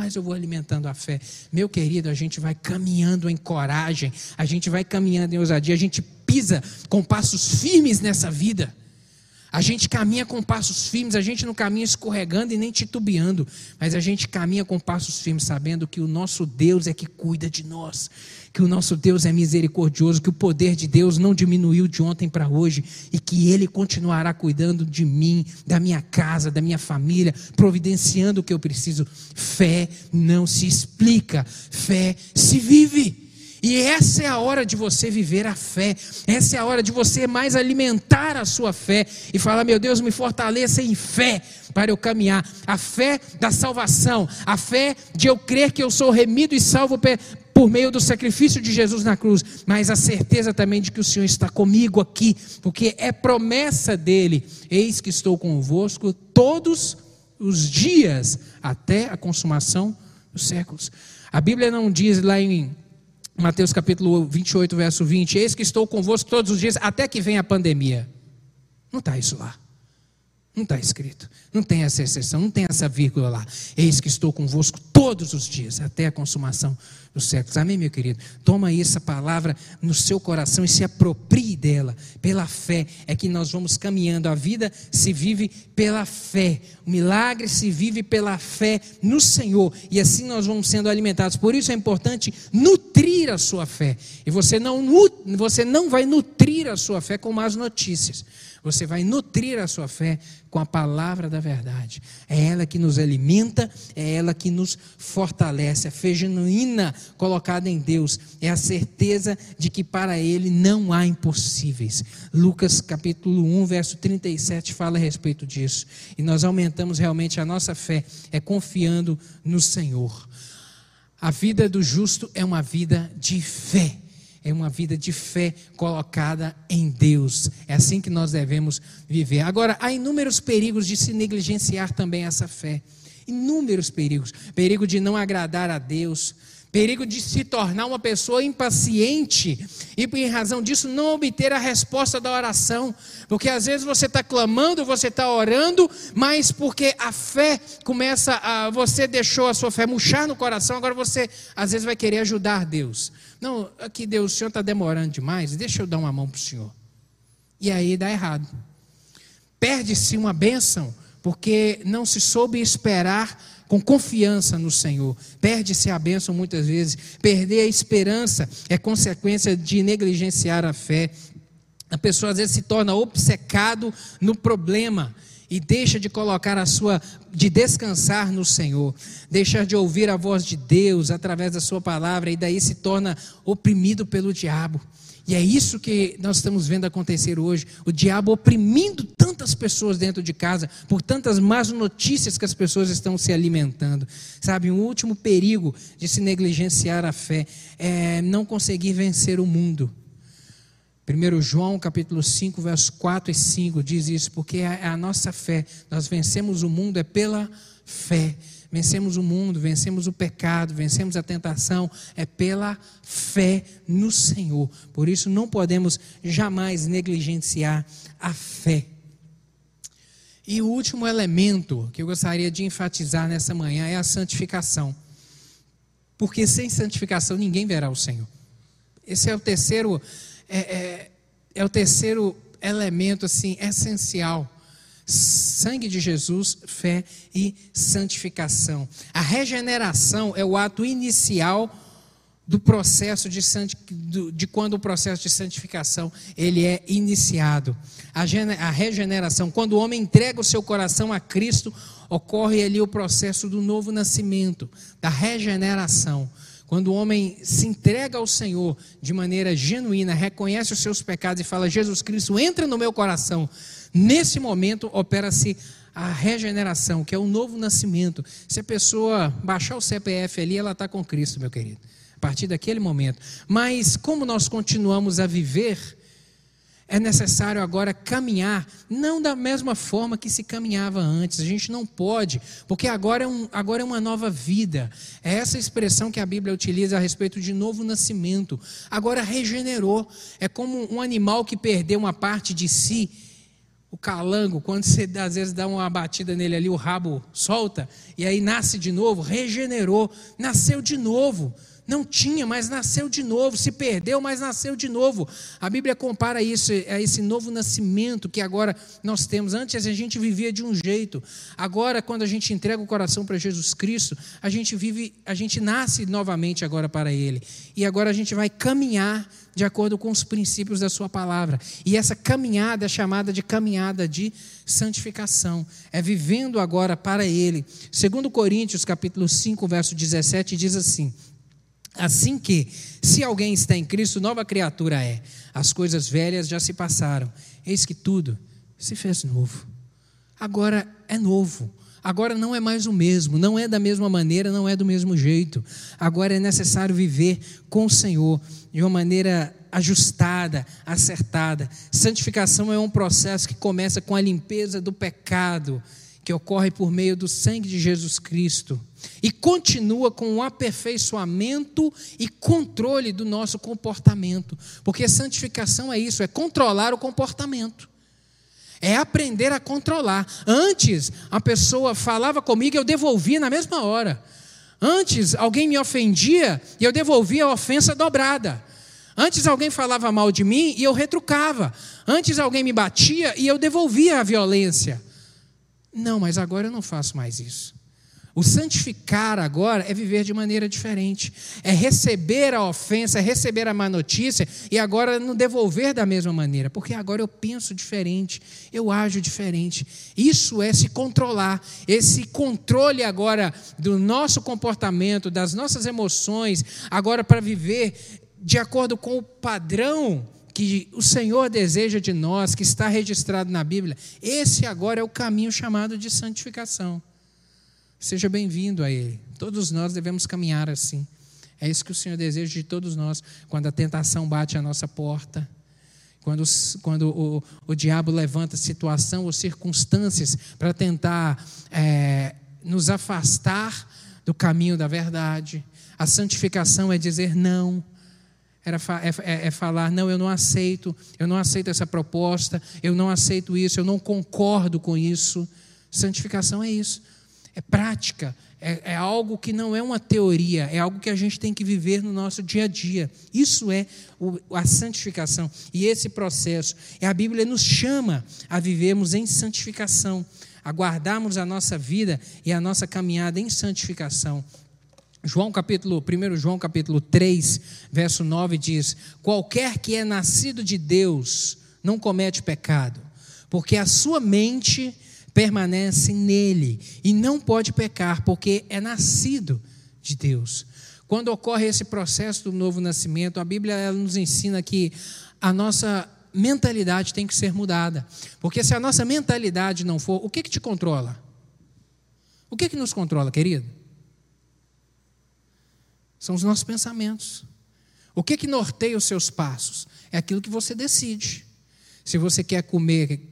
meu querido, a gente vai caminhando em coragem, a gente vai caminhando em ousadia, a gente pisa com passos firmes nessa vida. A gente caminha com passos firmes, a gente não caminha escorregando e nem titubeando, mas a gente caminha com passos firmes, sabendo que o nosso Deus é que cuida de nós, que o nosso Deus é misericordioso, que o poder de Deus não diminuiu de ontem para hoje, e que Ele continuará cuidando de mim, da minha casa, da minha família, providenciando o que eu preciso. Fé não se explica, fé se vive. E essa é a hora de você viver a fé, essa é a hora de você mais alimentar a sua fé e falar: meu Deus, me fortaleça em fé para eu caminhar. A fé da salvação, a fé de eu crer que eu sou remido e salvo por meio do sacrifício de Jesus na cruz, mas a certeza também de que o Senhor está comigo aqui, porque é promessa dele: eis que estou convosco todos os dias até a consumação dos séculos. A Bíblia não diz lá em Mateus capítulo 28, verso 20, eis que estou convosco todos os dias, até que venha a pandemia. Não está isso lá. Não está escrito, não tem essa exceção, não tem essa vírgula lá. Eis que estou convosco todos os dias, até a consumação dos séculos. Amém, meu querido? Toma aí essa palavra no seu coração e se aproprie dela. Pela fé é que nós vamos caminhando. A vida se vive pela fé. O milagre se vive pela fé no Senhor. E assim nós vamos sendo alimentados. Por isso é importante nutrir a sua fé. E você não vai nutrir a sua fé com más notícias. Você vai nutrir a sua fé com a palavra da verdade. É ela que nos alimenta, é ela que nos fortalece. A fé genuína colocada em Deus é a certeza de que para Ele não há impossíveis. Lucas capítulo 1, verso 37 fala a respeito disso. E nós aumentamos realmente a nossa fé, é confiando no Senhor. A vida do justo é uma vida de fé. É uma vida de fé colocada em Deus. É assim que nós devemos viver. Agora, há inúmeros perigos de se negligenciar também essa fé. Inúmeros perigos. Perigo de não agradar a Deus. Perigo de se tornar uma pessoa impaciente. E em razão disso não obter a resposta da oração. Porque às vezes você está clamando, você está orando, mas porque a fé começa você deixou a sua fé murchar no coração, agora você às vezes vai querer ajudar Deus. Não, aqui Deus, o Senhor está demorando demais, deixa eu dar uma mão para o Senhor. E aí dá errado. Perde-se uma bênção, porque não se soube esperar com confiança no Senhor. Perde-se a bênção muitas vezes. Perder a esperança é consequência de negligenciar a fé. A pessoa às vezes se torna obcecado no problema e deixa de colocar de descansar no Senhor, deixar de ouvir a voz de Deus através da sua palavra, e daí se torna oprimido pelo diabo. E é isso que nós estamos vendo acontecer hoje, o diabo oprimindo tantas pessoas dentro de casa, por tantas más notícias que as pessoas estão se alimentando. Sabe, um último perigo de se negligenciar a fé é não conseguir vencer o mundo. 1 João capítulo 5, versos 4 e 5 diz isso, porque a nossa fé, nós vencemos o mundo é pela fé. Vencemos o mundo, vencemos o pecado, vencemos a tentação, é pela fé no Senhor. Por isso não podemos jamais negligenciar a fé. E o último elemento que eu gostaria de enfatizar nessa manhã é a santificação. Porque sem santificação ninguém verá o Senhor. Esse é o terceiro elemento assim, essencial. Sangue de Jesus, fé e santificação. A regeneração é o ato inicial do processo de quando o processo de santificação ele é iniciado. A regeneração, quando o homem entrega o seu coração a Cristo, ocorre ali o processo do novo nascimento, da regeneração. Quando o homem se entrega ao Senhor de maneira genuína, reconhece os seus pecados e fala: Jesus Cristo, entra no meu coração. Nesse momento opera-se a regeneração, que é o novo nascimento. Se a pessoa baixar o CPF ali, ela está com Cristo, meu querido. A partir daquele momento. Mas como nós continuamos a viver, é necessário agora caminhar, não da mesma forma que se caminhava antes. A gente não pode, porque agora é uma nova vida. É essa expressão que a Bíblia utiliza a respeito de novo nascimento. Agora regenerou. É como um animal que perdeu uma parte de si. O calango, quando você às vezes dá uma batida nele ali, o rabo solta, e aí nasce de novo, regenerou, nasceu de novo. Não tinha, mas nasceu de novo. Se perdeu, mas nasceu de novo. A Bíblia compara isso a esse novo nascimento que agora nós temos. Antes a gente vivia de um jeito. Agora, quando a gente entrega o coração para Jesus Cristo, a gente nasce novamente agora para Ele. E agora a gente vai caminhar de acordo com os princípios da sua palavra. E essa caminhada é chamada de caminhada de santificação. É vivendo agora para Ele. 2 Coríntios capítulo 5, verso 17, diz assim: assim que, se alguém está em Cristo, nova criatura é. As coisas velhas já se passaram. Eis que tudo se fez novo. Agora é novo. Agora não é mais o mesmo. Não é da mesma maneira, não é do mesmo jeito. Agora é necessário viver com o Senhor de uma maneira ajustada, acertada. Santificação é um processo que começa com a limpeza do pecado, que ocorre por meio do sangue de Jesus Cristo, e continua com o aperfeiçoamento e controle do nosso comportamento, porque santificação é isso, é controlar o comportamento, É aprender a controlar. Antes, a pessoa falava comigo e eu devolvia na mesma hora. Antes, alguém me ofendia e eu devolvia a ofensa dobrada. Antes, alguém falava mal de mim e eu retrucava. Antes, alguém me batia e eu devolvia a violência. Não, mas agora eu não faço mais isso. O santificar agora é viver de maneira diferente. É receber a ofensa, é receber a má notícia e agora não devolver da mesma maneira. Porque agora eu penso diferente, eu ajo diferente. Isso é se controlar. Esse controle agora do nosso comportamento, das nossas emoções, agora para viver de acordo com o padrão que o Senhor deseja de nós, que está registrado na Bíblia. Esse agora é o caminho chamado de santificação. Seja bem-vindo a Ele. Todos nós devemos caminhar assim. É isso que o Senhor deseja de todos nós. Quando a tentação bate à nossa porta, quando o diabo levanta situação ou circunstâncias para tentar nos afastar do caminho da verdade. A santificação é dizer não. É falar, não, eu não aceito essa proposta, eu não aceito isso, eu não concordo com isso. Santificação é isso. É prática, é algo que não é uma teoria, é algo que a gente tem que viver no nosso dia a dia. Isso é a santificação. E esse processo, a Bíblia nos chama a vivermos em santificação, a guardarmos a nossa vida e a nossa caminhada em santificação. 1 João capítulo 3, verso 9 diz: qualquer que é nascido de Deus não comete pecado, porque a sua mente permanece nele e não pode pecar, porque é nascido de Deus. Quando ocorre esse processo do novo nascimento, a Bíblia ela nos ensina que a nossa mentalidade tem que ser mudada, porque se a nossa mentalidade não for, o que te controla? O que nos controla, querido? São os nossos pensamentos. O que norteia os seus passos? É aquilo que você decide. Se você quer comer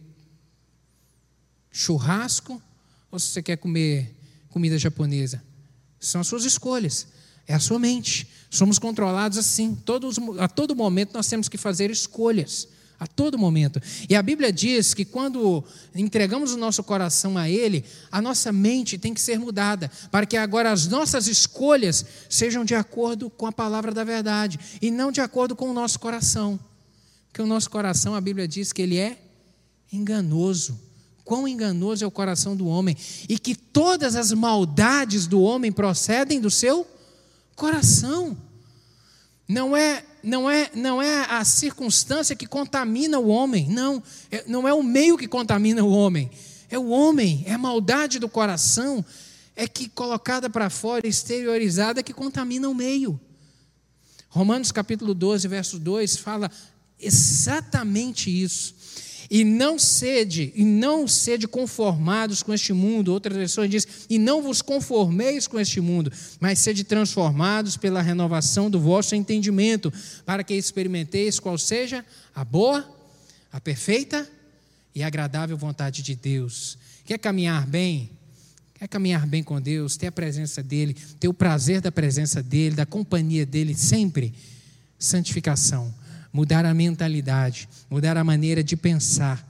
churrasco ou se você quer comer comida japonesa, são as suas escolhas, é a sua mente. Somos controlados assim, a todo momento nós temos que fazer escolhas, a todo momento. E a Bíblia diz que quando entregamos o nosso coração a Ele, a nossa mente tem que ser mudada, para que agora as nossas escolhas sejam de acordo com a palavra da verdade, e não de acordo com o nosso coração, porque o nosso coração, a Bíblia diz que ele é enganoso. Quão enganoso é o coração do homem, e que todas as maldades do homem procedem do seu coração. Não é a circunstância que contamina o homem, não é o meio que contamina o homem, é o homem, é a maldade do coração, é que colocada para fora, exteriorizada, que contamina o meio. Romanos capítulo 12, verso 2 fala exatamente isso. E não sede conformados com este mundo. Outras versões diz, e não vos conformeis com este mundo, mas sede transformados pela renovação do vosso entendimento, para que experimenteis qual seja a boa, a perfeita e agradável vontade de Deus. Quer caminhar bem? Quer caminhar bem com Deus, ter a presença dEle, ter o prazer da presença dEle, da companhia dEle sempre? Santificação. Mudar a mentalidade, mudar a maneira de pensar,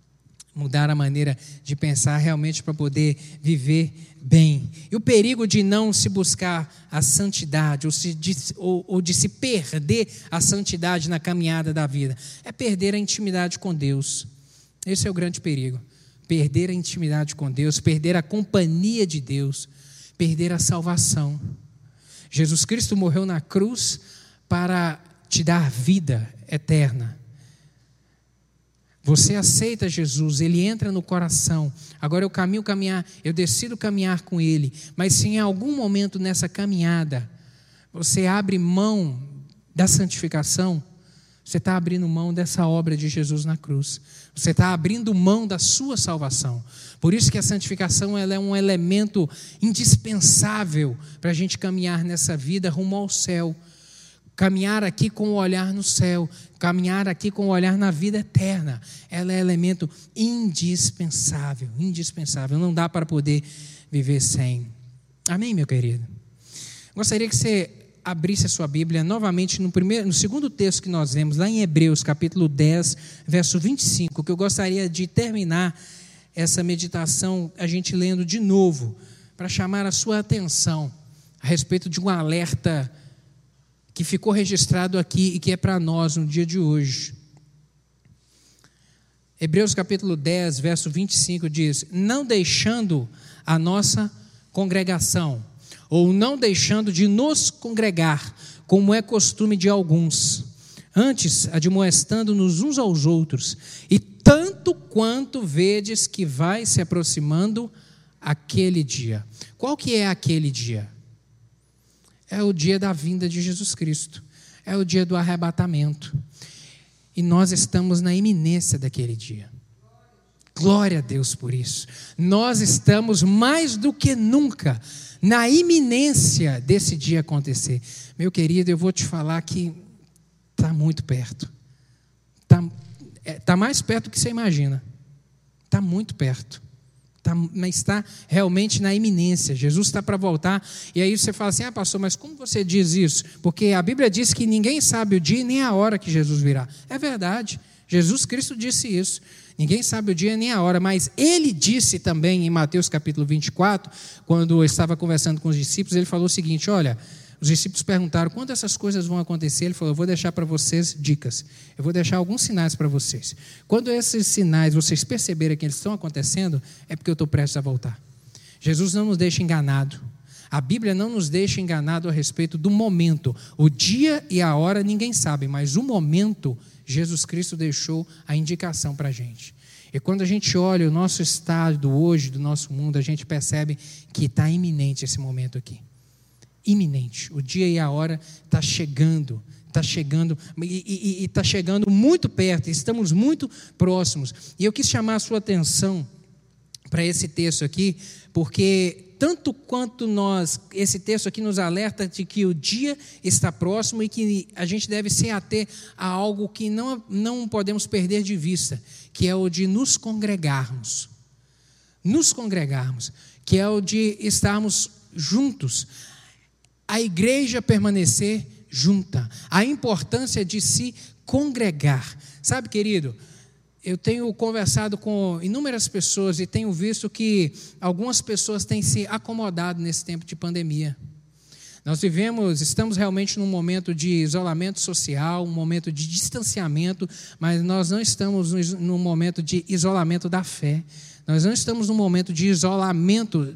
realmente para poder viver bem. E o perigo de não se buscar a santidade, ou de se perder a santidade na caminhada da vida, é perder a intimidade com Deus. Esse é o grande perigo. Perder a intimidade com Deus, perder a companhia de Deus, perder a salvação. Jesus Cristo morreu na cruz para te dar vida eterna. Você aceita Jesus, Ele entra no coração. Agora eu decido caminhar com Ele. Mas se em algum momento nessa caminhada você abre mão da santificação, você está abrindo mão dessa obra de Jesus na cruz. Você está abrindo mão da sua salvação. Por isso que a santificação ela é um elemento indispensável para a gente caminhar nessa vida rumo ao céu. Caminhar aqui com o olhar no céu, caminhar aqui com o olhar na vida eterna, ela é elemento indispensável, não dá para poder viver sem. Amém, meu querido? Gostaria que você abrisse a sua Bíblia novamente no segundo texto que nós lemos, lá em Hebreus, capítulo 10, verso 25, que eu gostaria de terminar essa meditação, a gente lendo de novo, para chamar a sua atenção a respeito de um alerta que ficou registrado aqui e que é para nós no dia de hoje. Hebreus capítulo 10, verso 25 diz: não deixando a nossa congregação, ou não deixando de nos congregar, como é costume de alguns, antes admoestando-nos uns aos outros, e tanto quanto vedes que vai se aproximando aquele dia. Qual que é aquele dia? É o dia da vinda de Jesus Cristo, é o dia do arrebatamento, e nós estamos na iminência daquele dia. Glória a Deus por isso. Nós estamos mais do que nunca na iminência desse dia acontecer. Meu querido, eu vou te falar que está muito perto. Está mais perto do que você imagina. Está muito perto. Mas está realmente na iminência. Jesus está para voltar. E aí você fala assim: pastor, mas como você diz isso? Porque a Bíblia diz que ninguém sabe o dia nem a hora que Jesus virá. É verdade. Jesus Cristo disse isso. Ninguém sabe o dia nem a hora, mas ele disse também em Mateus capítulo 24, quando estava conversando com os discípulos, ele falou o seguinte: olha, os discípulos perguntaram quando essas coisas vão acontecer. Ele falou: eu vou deixar para vocês dicas, eu vou deixar alguns sinais para vocês. Quando esses sinais vocês perceberem que eles estão acontecendo, é porque eu estou prestes a voltar. Jesus não nos deixa enganado. A Bíblia não nos deixa enganado a respeito do momento. O dia e a hora ninguém sabe, mas o momento Jesus Cristo deixou a indicação para a gente. E quando a gente olha o nosso estado hoje, do nosso mundo, a gente percebe que está iminente esse momento aqui. Iminente. O dia e a hora está chegando e está chegando muito perto, estamos muito próximos. E eu quis chamar a sua atenção para esse texto aqui, porque tanto quanto esse texto aqui nos alerta de que o dia está próximo e que a gente deve se ater a algo que não podemos perder de vista, que é o de nos congregarmos. Nos congregarmos, que é o de estarmos juntos. A igreja permanecer junta. A importância de se congregar. Sabe, querido, eu tenho conversado com inúmeras pessoas e tenho visto que algumas pessoas têm se acomodado nesse tempo de pandemia. Estamos realmente num momento de isolamento social, um momento de distanciamento, mas nós não estamos num momento de isolamento da fé. Nós não estamos num momento de isolamento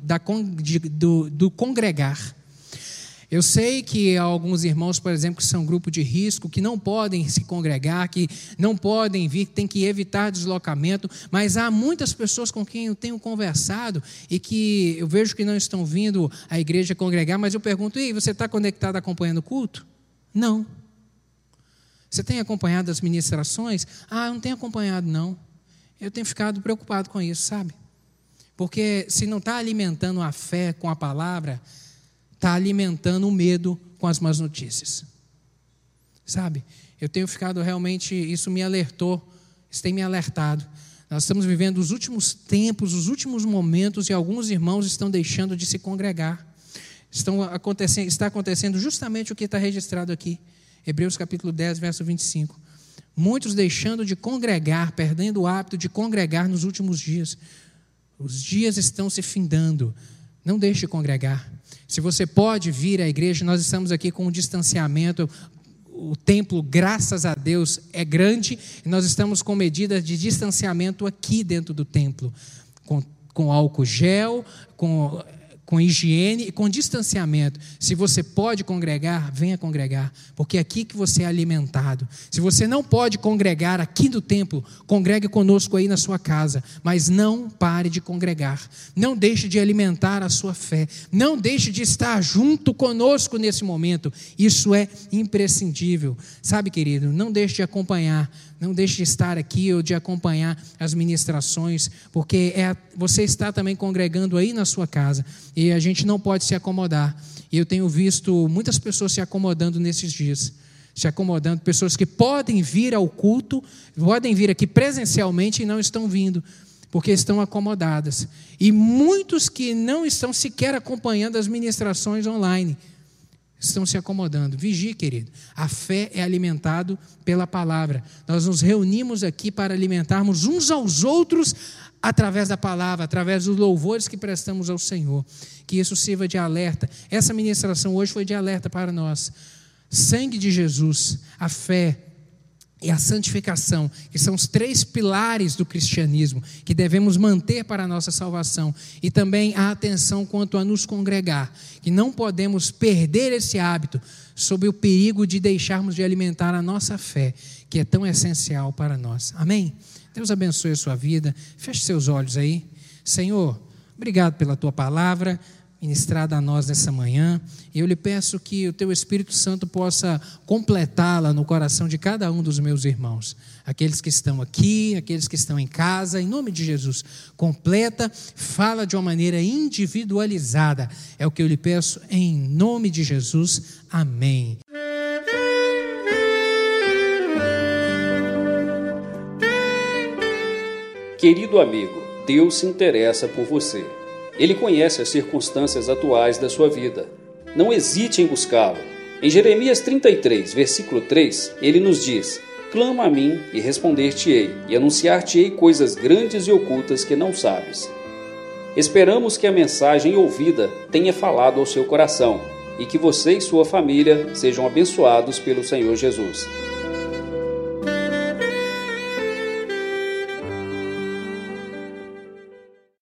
do congregar. Eu sei que há alguns irmãos, por exemplo, que são grupo de risco, que não podem se congregar, que não podem vir, que tem que evitar deslocamento, mas há muitas pessoas com quem eu tenho conversado e que eu vejo que não estão vindo à igreja congregar, mas eu pergunto: e você está conectado acompanhando o culto? Não. Você tem acompanhado as ministrações? Eu não tenho acompanhado, não. Eu tenho ficado preocupado com isso, sabe? Porque se não está alimentando a fé com a palavra, está alimentando o medo com as más notícias. Sabe? Eu tenho ficado realmente, isso me alertou, isso tem me alertado. Nós estamos vivendo os últimos tempos, os últimos momentos, e alguns irmãos estão deixando de se congregar. Está acontecendo justamente o que está registrado aqui. Hebreus capítulo 10, verso 25. Muitos deixando de congregar, perdendo o hábito de congregar nos últimos dias. Os dias estão se findando. Não deixe de congregar. Se você pode vir à igreja, nós estamos aqui com um distanciamento. O templo, graças a Deus, é grande, e nós estamos com medidas de distanciamento aqui dentro do templo, com álcool gel, com higiene e com distanciamento. Se você pode congregar, venha congregar, porque é aqui que você é alimentado. Se você não pode congregar aqui no templo, congregue conosco aí na sua casa, mas não pare de congregar. Não deixe de alimentar a sua fé. Não deixe de estar junto conosco nesse momento. Isso é imprescindível. Sabe, querido, não deixe de acompanhar. Não deixe de estar aqui ou de acompanhar as ministrações, porque você está também congregando aí na sua casa, e a gente não pode se acomodar. E eu tenho visto muitas pessoas se acomodando nesses dias, pessoas que podem vir ao culto, podem vir aqui presencialmente e não estão vindo, porque estão acomodadas. E muitos que não estão sequer acompanhando as ministrações online. estão se acomodando. Vigie, querido. A fé é alimentado pela palavra. Nós nos reunimos aqui para alimentarmos uns aos outros através da palavra, através dos louvores que prestamos ao Senhor. Que isso sirva de alerta. Essa ministração hoje foi de alerta para nós. Sangue de Jesus, a fé e a santificação, que são os 3 pilares do cristianismo, que devemos manter para a nossa salvação, e também a atenção quanto a nos congregar, que não podemos perder esse hábito, sob o perigo de deixarmos de alimentar a nossa fé, que é tão essencial para nós. Amém? Deus abençoe a sua vida. Feche seus olhos aí. Senhor, obrigado pela tua palavra ministrada a nós nessa manhã, e eu lhe peço que o teu Espírito Santo possa completá-la no coração de cada um dos meus irmãos, aqueles que estão aqui, aqueles que estão em casa, em nome de Jesus, completa, fala de uma maneira individualizada, é o que eu lhe peço em nome de Jesus, amém. Querido amigo, Deus se interessa por você. Ele conhece as circunstâncias atuais da sua vida. Não hesite em buscá-lo. Em Jeremias 33, versículo 3, ele nos diz: clama a mim e responder-te-ei, e anunciar-te-ei coisas grandes e ocultas que não sabes. Esperamos que a mensagem ouvida tenha falado ao seu coração e que você e sua família sejam abençoados pelo Senhor Jesus.